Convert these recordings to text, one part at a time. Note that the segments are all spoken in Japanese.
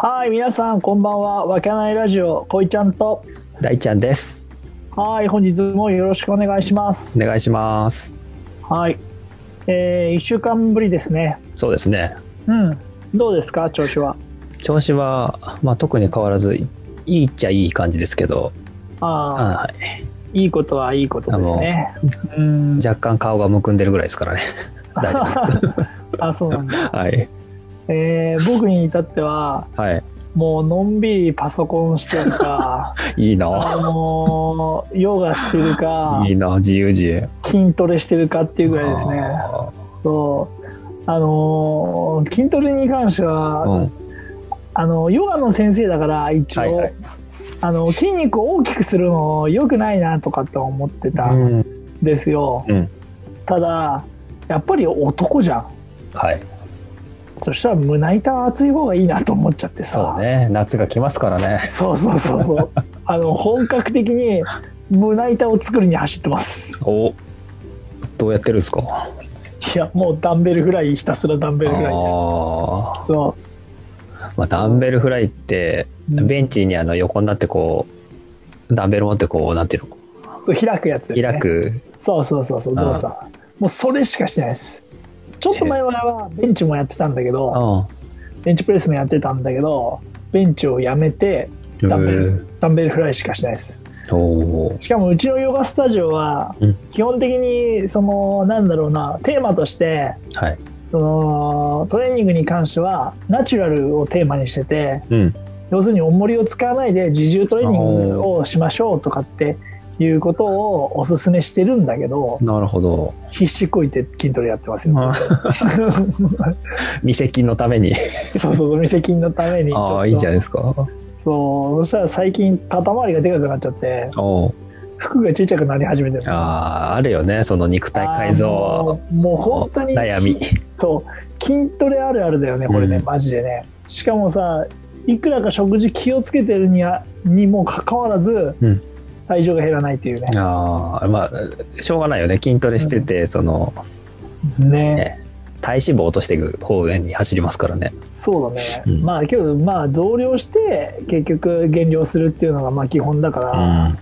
はい、皆さんこんばんは。わけないラジオ、こいちゃんと大ちゃんです。 はい、本日もよろしくお願いします。 お願いします。 はい、1週間ぶりですね。 そうですね。 どうですか、調子は。 調子は、特に変わらずいいっちゃいい感じですけど、はい、 いいことはいいことですね。 若干顔がむくんでるぐらいですからね。大丈夫。 あ、そうなんだ。 はい。 僕に至っては、 はい。 もうのんびりパソコンしてるかいいな。 ヨガしてるか、 いいな、自由自由。 筋トレしてるかっていうぐらいですね。筋トレに関しては、ヨガの先生だから一応、筋肉を大きくするの良くないなとかって思ってたんですよ。ただやっぱり男じゃん。 はい。 そしたら胸板は厚い方がいいなと思っちゃってさ。 そうね、夏が来ますからね。 そう本格的に胸板を作りに走ってます。 どうやってるんですか。 いや、もうダンベルフライ、ひたすらダンベルフライです。そう、 ダンベルフライってベンチに横になってこうダンベル持ってこうなんていうの、 そう開くやつですね。 開く。 そう動作、もうそれしかしてないです。ちょっと前はベンチもやってたんだけど、ベンチプレスもやってたんだけど、ベンチをやめてダンベルフライしかしないです。しかもうちのヨガスタジオは基本的になんだろうな、テーマとして、トレーニングに関してはナチュラルをテーマにしてて、要するに重りを使わないで自重トレーニングをしましょうとかっていうことをおすすめしてるんだけど、 なるほど、 必死こいて筋トレやってますよ。 未接近のために。 そう未接近のために。 いいじゃないですか。 そしたら最近肩周りがでかくなっちゃって、服がちっちゃくなり始めてる。 あるよね、その肉体改造。 もう本当に悩み。 筋トレあるあるだよねこれね、マジでね。しかもさ、いくらか食事気をつけてるにもかかわらず、体重が減らないっていうね。 しょうがないよね、筋トレしてて、体脂肪を落としていく方面に走りますからね。 そうだね。けど増量して結局減量するっていうのが基本だから、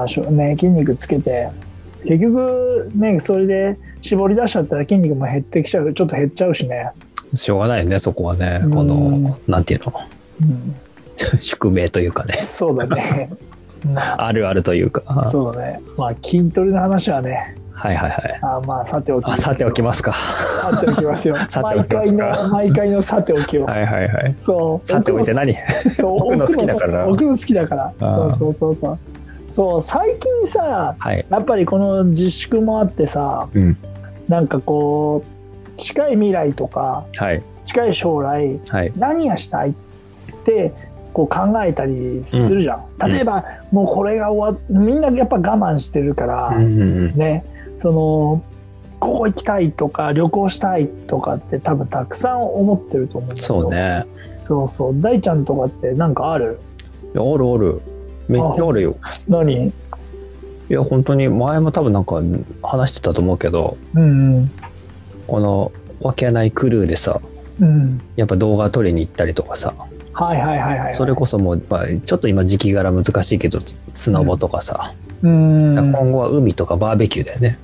筋肉つけて結局ね、それで絞り出しちゃったら筋肉も減ってきちゃう、ちょっと減っちゃうしね。 しょうがないよね、そこはね。なんていうの、宿命というかね。 そうだね。 あるあるというか。 そうだね。筋トレの話はね。さておきます。 さておきますか。 さておきますよ。毎回のさておきを。 そう。さておいて何？僕の好きだから。 僕の好きだから。そう、最近さ、やっぱりこの自粛もあってさ、なんかこう近い未来とか、近い将来、何がしたいってこう考えたりするじゃん。例えばもうこれがみんなやっぱ我慢してるからね、ここ行きたいとか旅行したいとかって多分たくさん思ってると思うんだけど。そうね。そう大ちゃんとかってなんかある？ あるめっちゃあるよ。 何？ いや本当に前も多分なんか話してたと思うけど、このわけないクルーでさ、やっぱ動画撮りに行ったりとかさ、それこそもうちょっと今時期柄難しいけどスノボとかさ、今後は海とかバーベキューだよね。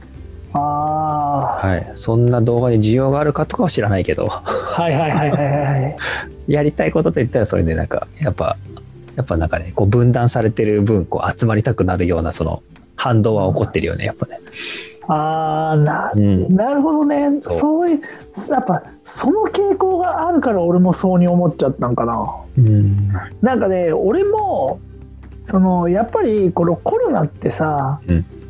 そんな動画に需要があるかとかは知らないけど、やりたいことといったらそれでなんかやっぱなんかね、こう分断されてる分こう集まりたくなるようなその反動は起こってるよね、やっぱね。なるほどね。そういうやっぱその傾向があるから俺もそうに思っちゃったんかな。なんかね、俺もやっぱりこのコロナってさ、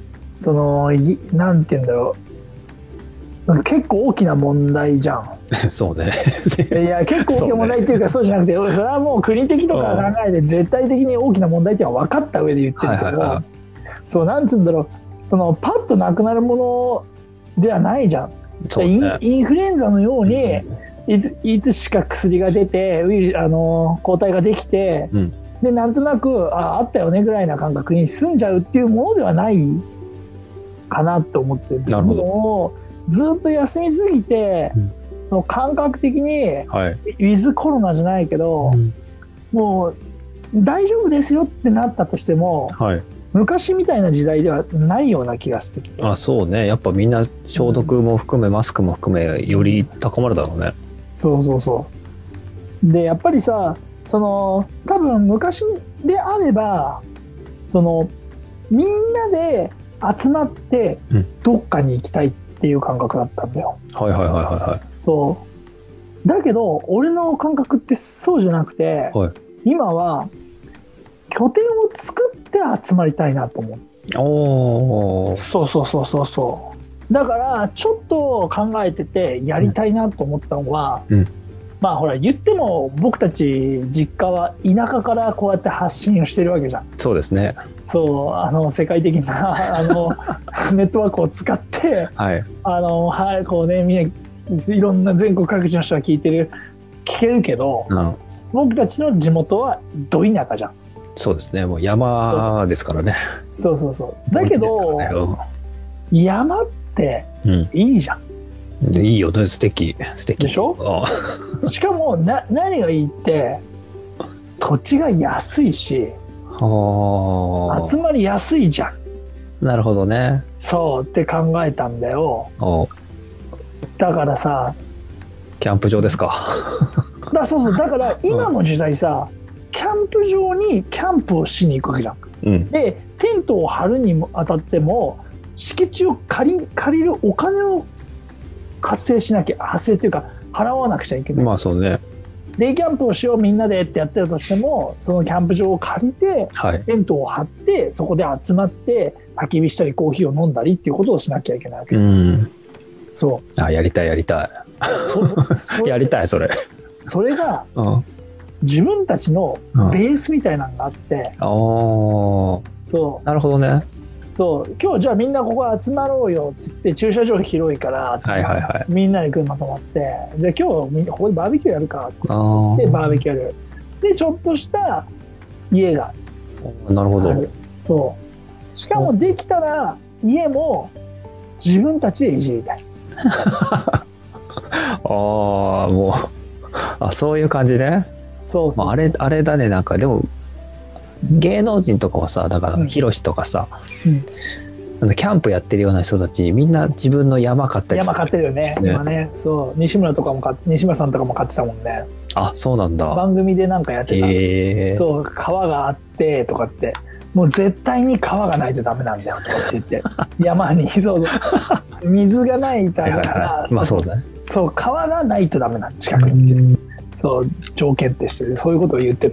なんて言うんだろう、結構大きな問題じゃん。 そうね。 いや結構大きな問題っていうか、そうじゃなくて、それはもう国的とか考えて絶対的に大きな問題っていうのは分かった上で言ってるけど、なんつうんだろう、パッとなくなるものではないじゃん。インフルエンザのようにいつしか薬が出て抗体ができて、でなんとなくあったよねぐらいな感覚に済んじゃうっていうものではないかなと思ってる。でもずっと休みすぎて、 感覚的に、 はい、 ウィズコロナじゃないけど、もう大丈夫ですよってなったとしても、 はい、 昔みたいな時代ではないような気がしてきて。 あ、そうね。やっぱみんな消毒も含め、マスクも含めより高まるだろうね。 そうそうそう。でやっぱりさ、多分昔であればみんなで集まってどっかに行きたいっていう感覚だったんだよ。 はいはいはいはいはい。 そうだけど俺の感覚ってそうじゃなくて、はい、今は拠点を作って集まりたいなと思う。 おー、 そうそうそうそうそう。だからちょっと考えててやりたいなと思ったのは、まあほら言っても僕たち実家は田舎からこうやって発信をしてるわけじゃん。 そうですね。 そう世界的なネットワークを使って、はい、はい、こうね、みんないろんな全国各地の人が聞けるけど、僕たちの地元はど田舎じゃん。 そうですね。もう山ですからね。 そうそうそう。だけど、山っていいじゃん。 いいよね。素敵でしょ。しかも何がいいって土地が安いし集まりやすいじゃん。 なるほどね。 そうって考えたんだよ。だからさ、 キャンプ場ですか。 そうそう。だから今の時代さ、キャンプ場にキャンプをしに行くわけじゃん。でテントを張るにあたっても敷地を借りるお金を発生というか払わなくちゃいけない。 まあそうね。 デイキャンプをしようみんなでってやってるとしても、そのキャンプ場を借りて、はい、テントを張ってそこで集まって焚き火したりコーヒーを飲んだりっていうことをしなきゃいけないわけ。そう。 やりたいやりたい。やりたいそれ。 それが、自分たちのベースみたいなのがあって。そう。なるほどね。 そう今日じゃあみんなここ集まろうよって言って駐車場広いからみんなで車止まってじゃあ今日みんなここでバーベキューやるかって言ってバーベキューやるでちょっとした家がなるほどそうしかもできたら家も自分たちでいじりたいもうそういう感じねそうそう、あれだねなんかでも芸能人とかはさだからヒロシとかさ、キャンプやってるような人たちみんな自分の山買ったりする、山買ってるよね今ね。そう西村さんとかも買ってたもんね。 あ、そうなんだ。 番組でなんかやってた、そう川があってとかってもう絶対に川がないとダメなんだよとかって言って山にそう水がないみたいだからまあそうだね。 そう川がないとダメなん近くにってそう条件ってしてそういうことを言ってた。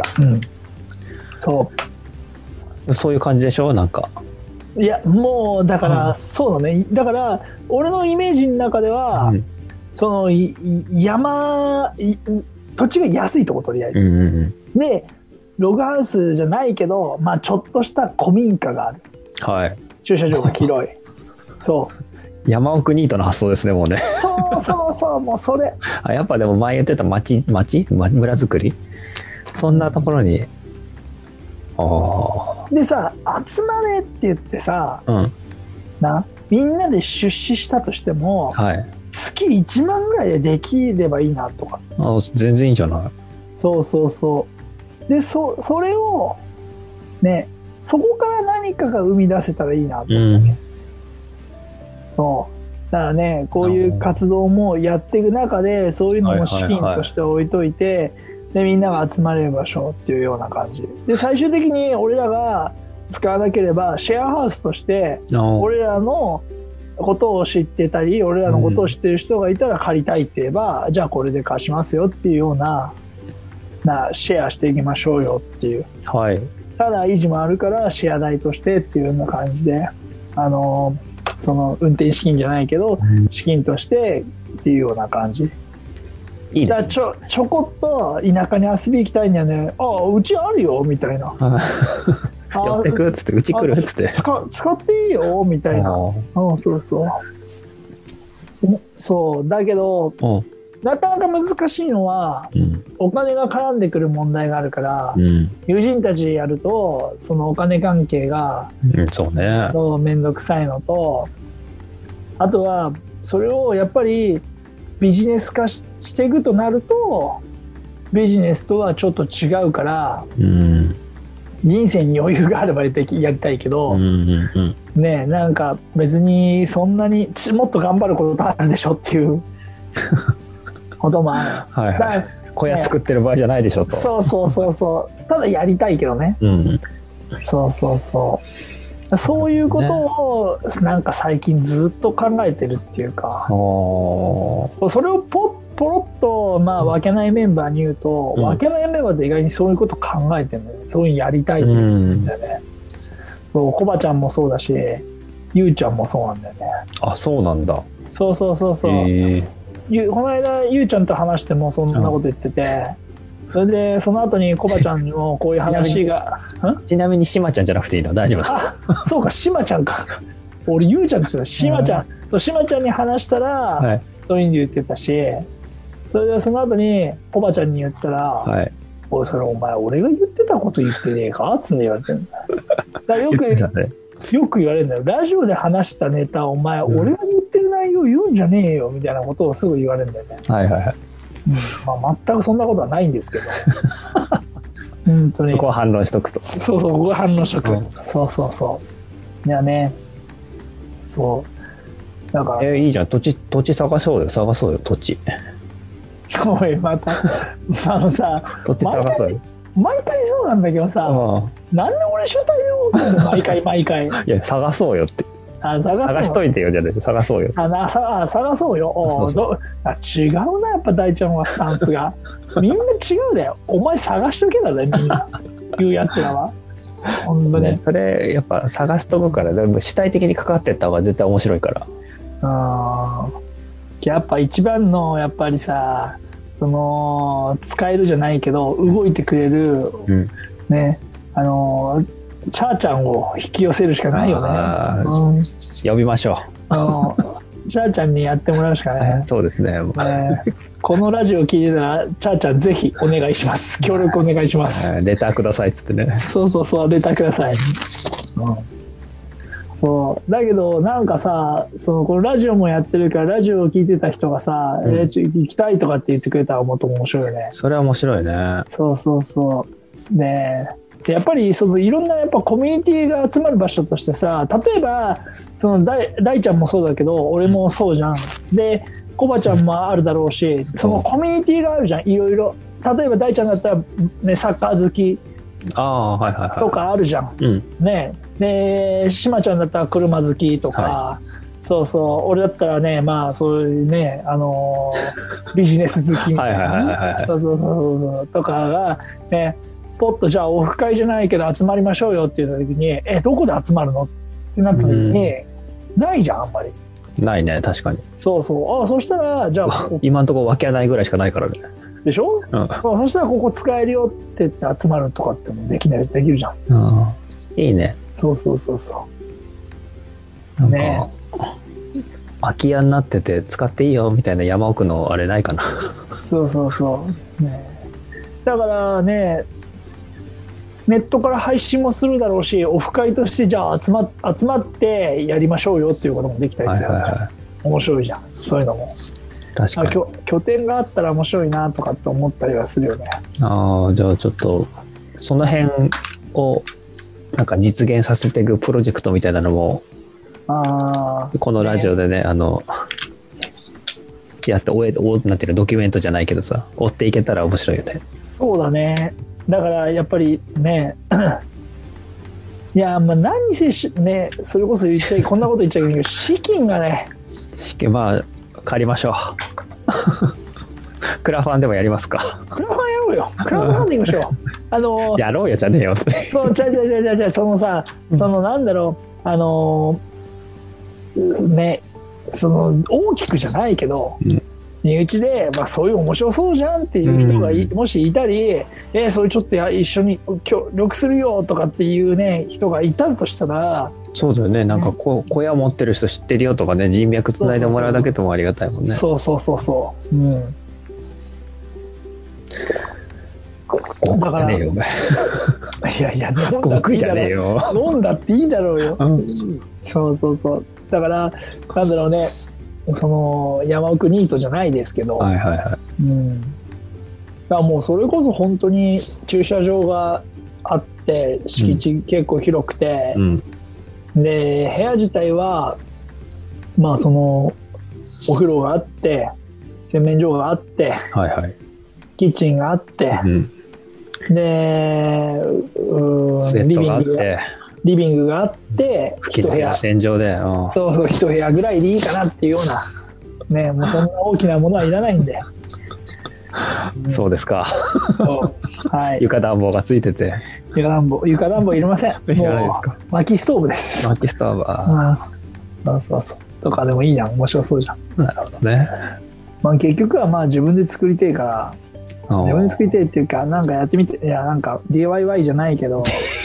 そういう感じでしょなんか。 いやもうだからそうだね。だから俺のイメージの中では、その山土地が安いとことりあえず、でログハウスじゃないけどまあちょっとした古民家がある、はい、駐車場が広いそう山奥ニートの発想ですねもうね。 そうもうそれやっぱでも前言ってた村づくりそんなところにでさ集まれって言ってさ、みんなで出資したとしても、月1万ぐらいでできればいいなとか。 全然いいんじゃない。 そうでそれをねそこから何かが生み出せたらいいなと思って、そうだからねこういう活動もやっていく中でそういうのも資金として置いといて、でみんなが集まれる場所っていうような感じで最終的に俺らが使わなければシェアハウスとして俺らのことを知ってたり俺らのことを知ってる人がいたら借りたいって言えば、じゃあこれで貸しますよっていうようなシェアしていきましょうよっていう、ただ維持もあるからシェア代としてっていうような感じでその運転資金じゃないけど、資金としてっていうような感じ。いいですね、ちょこっと田舎に遊び行きたいんだよね。うちあるよみたいな。 寄ってくっつってうち来るっつって使っていいよみたいな。そうだけどなかなか難しいのは、お金が絡んでくる問題があるから、友人たちやるとそのお金関係が面倒くさいのと、あとはそれをやっぱりビジネス化していくとなるとビジネスとはちょっと違うから、人生に余裕があればやりたいけど、ね、なんか別にそんなにもっと頑張ることあるでしょっていうこともある。はいはい、 小屋作ってる場合じゃないでしょと。 そうただやりたいけどね、そういうことをなんか最近ずっと考えてるっていうか、それをポロッとまあ分けないメンバーに言うと、分けないメンバーで意外にそういうこと考えてるのよ。そういうのやりたいって言うんだよね。そう、コバちゃんもそうだし、ゆうちゃんもそうなんだよね。 あ、そうなんだ。 そう。この間ゆうちゃんと話してもそんなこと言ってて、それでその後にコバちゃんにもこういう話がちなみにしまちゃんじゃなくていいの？大丈夫だ。あ、そうか、しまちゃんか。俺ゆうちゃんって言ってた。しまちゃん、そう、しまちゃんに話したら、そういうふうに言ってたし、それでその後にコバちゃんに言ったら、おい、それお前俺が言ってたこと言ってねえかつって言われてるんだ。だからよく言われるんだよ。ラジオで話したネタお前、俺が言ってる内容言うんじゃねえよみたいなことをすぐ言われるんだよね。まあ、全くそんなことはないんですけど本当にそこは反論しとくと。 そうここは反論しとく、そういやね、そうだからいいじゃん。土地探そうよ土地。 おい、またさ、 土地探そうよ。 毎回そうなんだけどさ、なんで俺主体で多くて毎回いや、探そうよって。探しといてよじゃない、探そうよ。 探そうよ。違うな、やっぱ大ちゃんはスタンスがみんな違うだよ。お前探しとけだね、みんな言うやつらは。本当に、 それやっぱ探すとこから主体的に関わってった方が絶対面白いから。 やっぱ一番のやっぱりさ、その使えるじゃないけど動いてくれる、ね、チャーちゃんを引き寄せるしかないよね。 呼びましょう。チャーちゃんにやってもらうしかない。 そうですね。 このラジオ聞いてたらチャーちゃんぜひお願いします。協力お願いします。 レターくださいっつってね。 そうレターください。そうだけどなんかさ、このラジオもやってるからラジオを聞いてた人がさ、行きたいとかって言ってくれたらもっと面白いよね。 それは面白いね。 そうでやっぱりいろんなやっぱコミュニティが集まる場所としてさ、例えば大ちゃんもそうだけど俺もそうじゃん。でコバちゃんもあるだろうし、そのコミュニティがあるじゃん、いろいろ。例えば大ちゃんだったら、ね、サッカー好きとかあるじゃん。ね、でしまちゃんだったら車好きとか、俺だったらね、まあそういうね、ビジネス好きみたいなとかがね、ポッとじゃあオフ会じゃないけど集まりましょうよって言った時に、どこで集まるのってなった時に、ないじゃん、あんまり。 ないね、確かに。 そしたらじゃあ今のところ分けないぐらいしかないからね。 でしょ、そしたらここ使えるよって言って集まるとかってもできるじゃん。 いいね。 そうなんか、空き家になってて使っていいよみたいな山奥のあれないかな。 ね、だからね、ネットから配信もするだろうし、オフ会としてじゃあ集まってやりましょうよっていうこともできたりする、面白いじゃん、そういうのも。 確かに拠点があったら面白いなとかって思ったりはするよね。 じゃあちょっとその辺をなんか実現させていくプロジェクトみたいなのもこのラジオでね、やってなんていうの、ドキュメントじゃないけどさ、追っていけたら面白いよね。 そうだね。だからやっぱりねいや、まあ何せね、それこそこんなこと言っちゃうけど資金がね、 まあ借りましょうクラファンでもやりますか。 クラファンやろうよ。クラファンでいきましょうやろうよじゃねえよじゃそのさ、なんだろう、ね、大きくじゃないけど、身内で、まあ、そういう面白そうじゃんっていう人がもしいたり、それちょっと一緒に協力するよとかっていうね人がいたとしたら、 そうだよね。なんか小屋持ってる人知ってるよとかね、人脈つないでもらうだけでもありがたいもんね。 そうだからねえよお前いや飲んだっていいだろうよ。そうだからなんだろうね、 その山奥ニートじゃないですけど、 はいはいはい、 うん、だからもうそれこそ本当に駐車場があって敷地結構広くて、うん、で部屋自体はまあそのお風呂があって洗面所があって、はいはい、キッチンがあって、うん、でリビングがあって一部屋天井でそう一部屋ぐらいでいいかなっていうような、ね、もうそんな大きなものはいらないんでそうですかはい、 床暖房がついてて床暖房いりません。いらないですか。薪ストーブです。 薪ストーブは、そうとかでもいいじゃん。面白そうじゃん。 なるほどね。 まあ結局はまあ自分で作りたいから自分で作りたいっていうかなんかやってみて、いやなんか DIY じゃないけど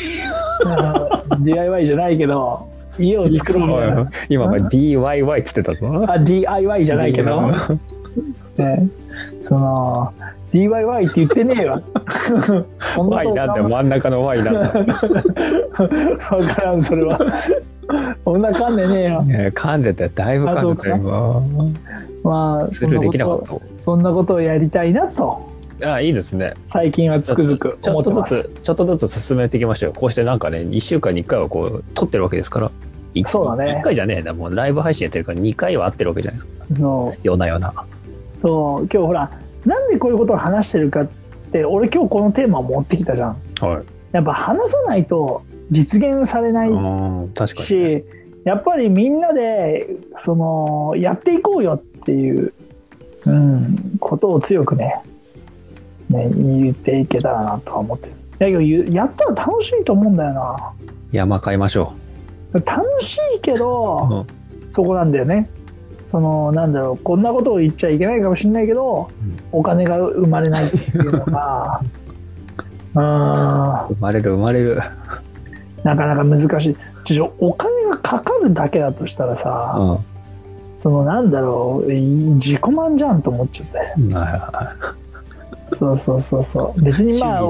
DIY じゃないけど家を作ろうみたいな。 今は DIY って言ってたぞ。 DIY じゃないけどね、その DIY って言ってねえわ Y なんだ真ん中の Y なんだ分からんそれはそんな噛んでねえよ。 噛んでてだいぶ噛んでてまあスルーできなかった。 そんなことをやりたいなと。 いいですね。 最近はつくづく思ってます。 ちょっとずつ進めていきましょう。こうしてなんかね1週間に1回はこう撮ってるわけですから。 そうだね。 1回じゃねえな、もうライブ配信やってるから2回は会ってるわけじゃないですか。そう。ような。 そう今日ほらなんでこういうことを話してるかって俺今日このテーマを持ってきたじゃん。はい。やっぱ話さないと実現されない確かに、 し、やっぱりみんなでそのやっていこうよっていう、ことを強くね言っていけたらなとは思ってる。だけどやったら楽しいと思うんだよな。 山買いましょう。楽しいけど、そこなんだよね。そのなんだろうこんなことを言っちゃいけないかもしれないけど、お金が生まれないっていうのが生まれるなかなか難しい。お金がかかるだけだとしたらさ、そのなんだろう自己満じゃんと思っちゃったりそう別にまあ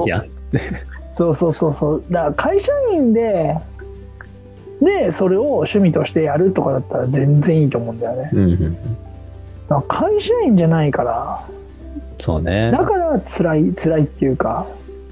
そうだから会社員でそれを趣味としてやるとかだったら全然いいと思うんだよね、だから会社員じゃないからそうねだから辛いっていうか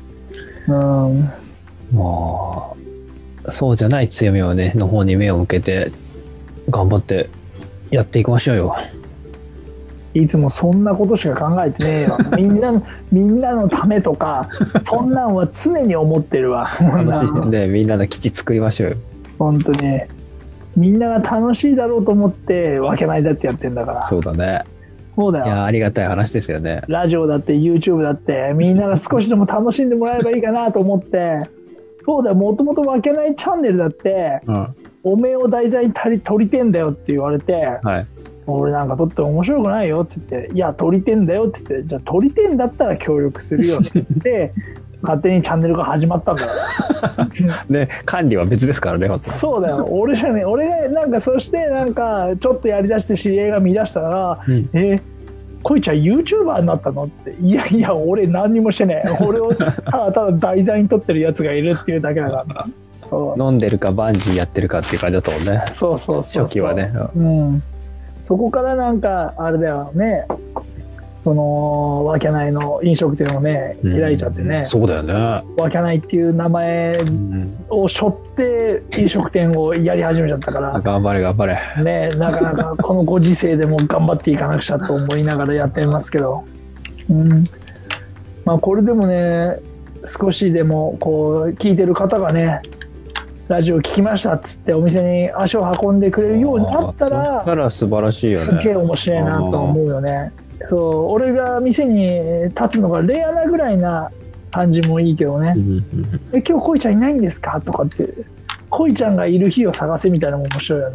もうそうじゃない強みをねの方に目を向けて頑張ってやっていきましょうよ。 いつもそんなことしか考えてねえよみんなのためとかそんなんは常に思ってるわ楽しいねみんなの基地作りましょうよ。 本当にみんなが楽しいだろうと思ってわけないだってやってんだから。 そうだね。 そうだよ。 いやありがたい話ですよね。 ラジオだって YouTube だってみんなが少しでも楽しんでもらえればいいかなと思ってそうだよもともとわけないチャンネルだって、おめえを題材に撮りてんだよって言われて、俺なんか撮って面白くないよって言っていや撮りてんだよって言ってじゃあ撮りてんだったら協力するよって言って勝手にチャンネルが始まったんだからね管理は別ですからね。 そうだよ俺なんかそしてなんかちょっとやりだして知り合いが見出したら、こいちゃん YouTuber になったのっていや俺何にもしてねえ俺をただ題材に撮ってるやつがいるっていうだけだから飲んでるかバンジーやってるかっていう感じだったもんね。 そう初期はね、 そこからなんかあれだよねそのわけないの飲食店をね開いちゃってね、 そうだよねわけないっていう名前を背負って飲食店をやり始めちゃったから頑張れねなかなかこのご時世でも頑張っていかなくちゃと思いながらやってますけど、まあこれでもね少しでもこう聞いてる方がねラジオ聞きましたっつってお店に足を運んでくれるようになったら素晴らしいよね。 すげえ面白いなと思うよね。そう俺が店に立つのがレアなぐらいな感じもいいけどね、今日恋ちゃんいないんですかとかって恋ちゃんがいる日を探せみたいなのも面白いよね。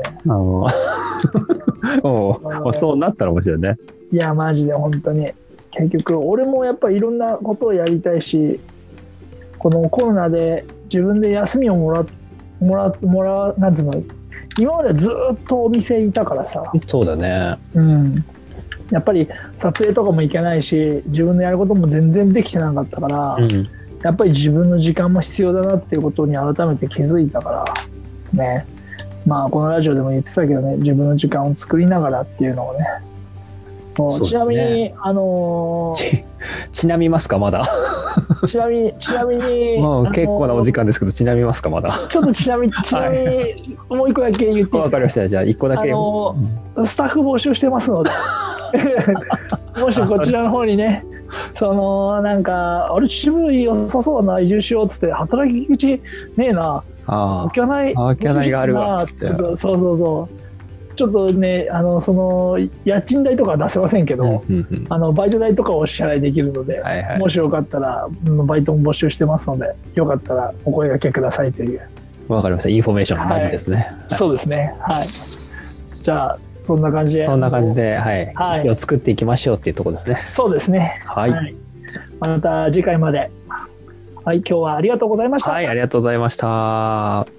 そうなったら面白いね。 いやマジで本当に結局俺もやっぱりいろんなことをやりたいしこのコロナで自分で休みをもらうなんつうの今までずっとお店いたからさ。 そうだね。 やっぱり撮影とかも行けないし自分のやることも全然できてなかったから、やっぱり自分の時間も必要だなっていうことに改めて気づいたからねまあこのラジオでも言ってたけどね、自分の時間を作りながらっていうのをね。ちなみにちなみますかまだちなみにもう結構なお時間ですけど、ちなみますかまだ。 ちょっとちなみにもう一個だけ言っていいですか。 わかりました。じゃあ一個だけスタッフ募集してますのでもしこちらの方にね、なんかあれ秩父良さそうな、移住しようっつって働き口ねえな、開けないがあるわって。 そうちょっとね、家賃代とかは出せませんけど、バイト代とかをお支払いできるので、もしよかったらバイトも募集してますので、よかったらお声掛けくださいという。 わかりました。インフォメーション大事ですね。 そうですね。はい。じゃあそんな感じで、 はい、日を作っていきましょうっていうところですね。 そうですね。 はい。 また次回まで。はい、今日はありがとうございました。 はい、ありがとうございました。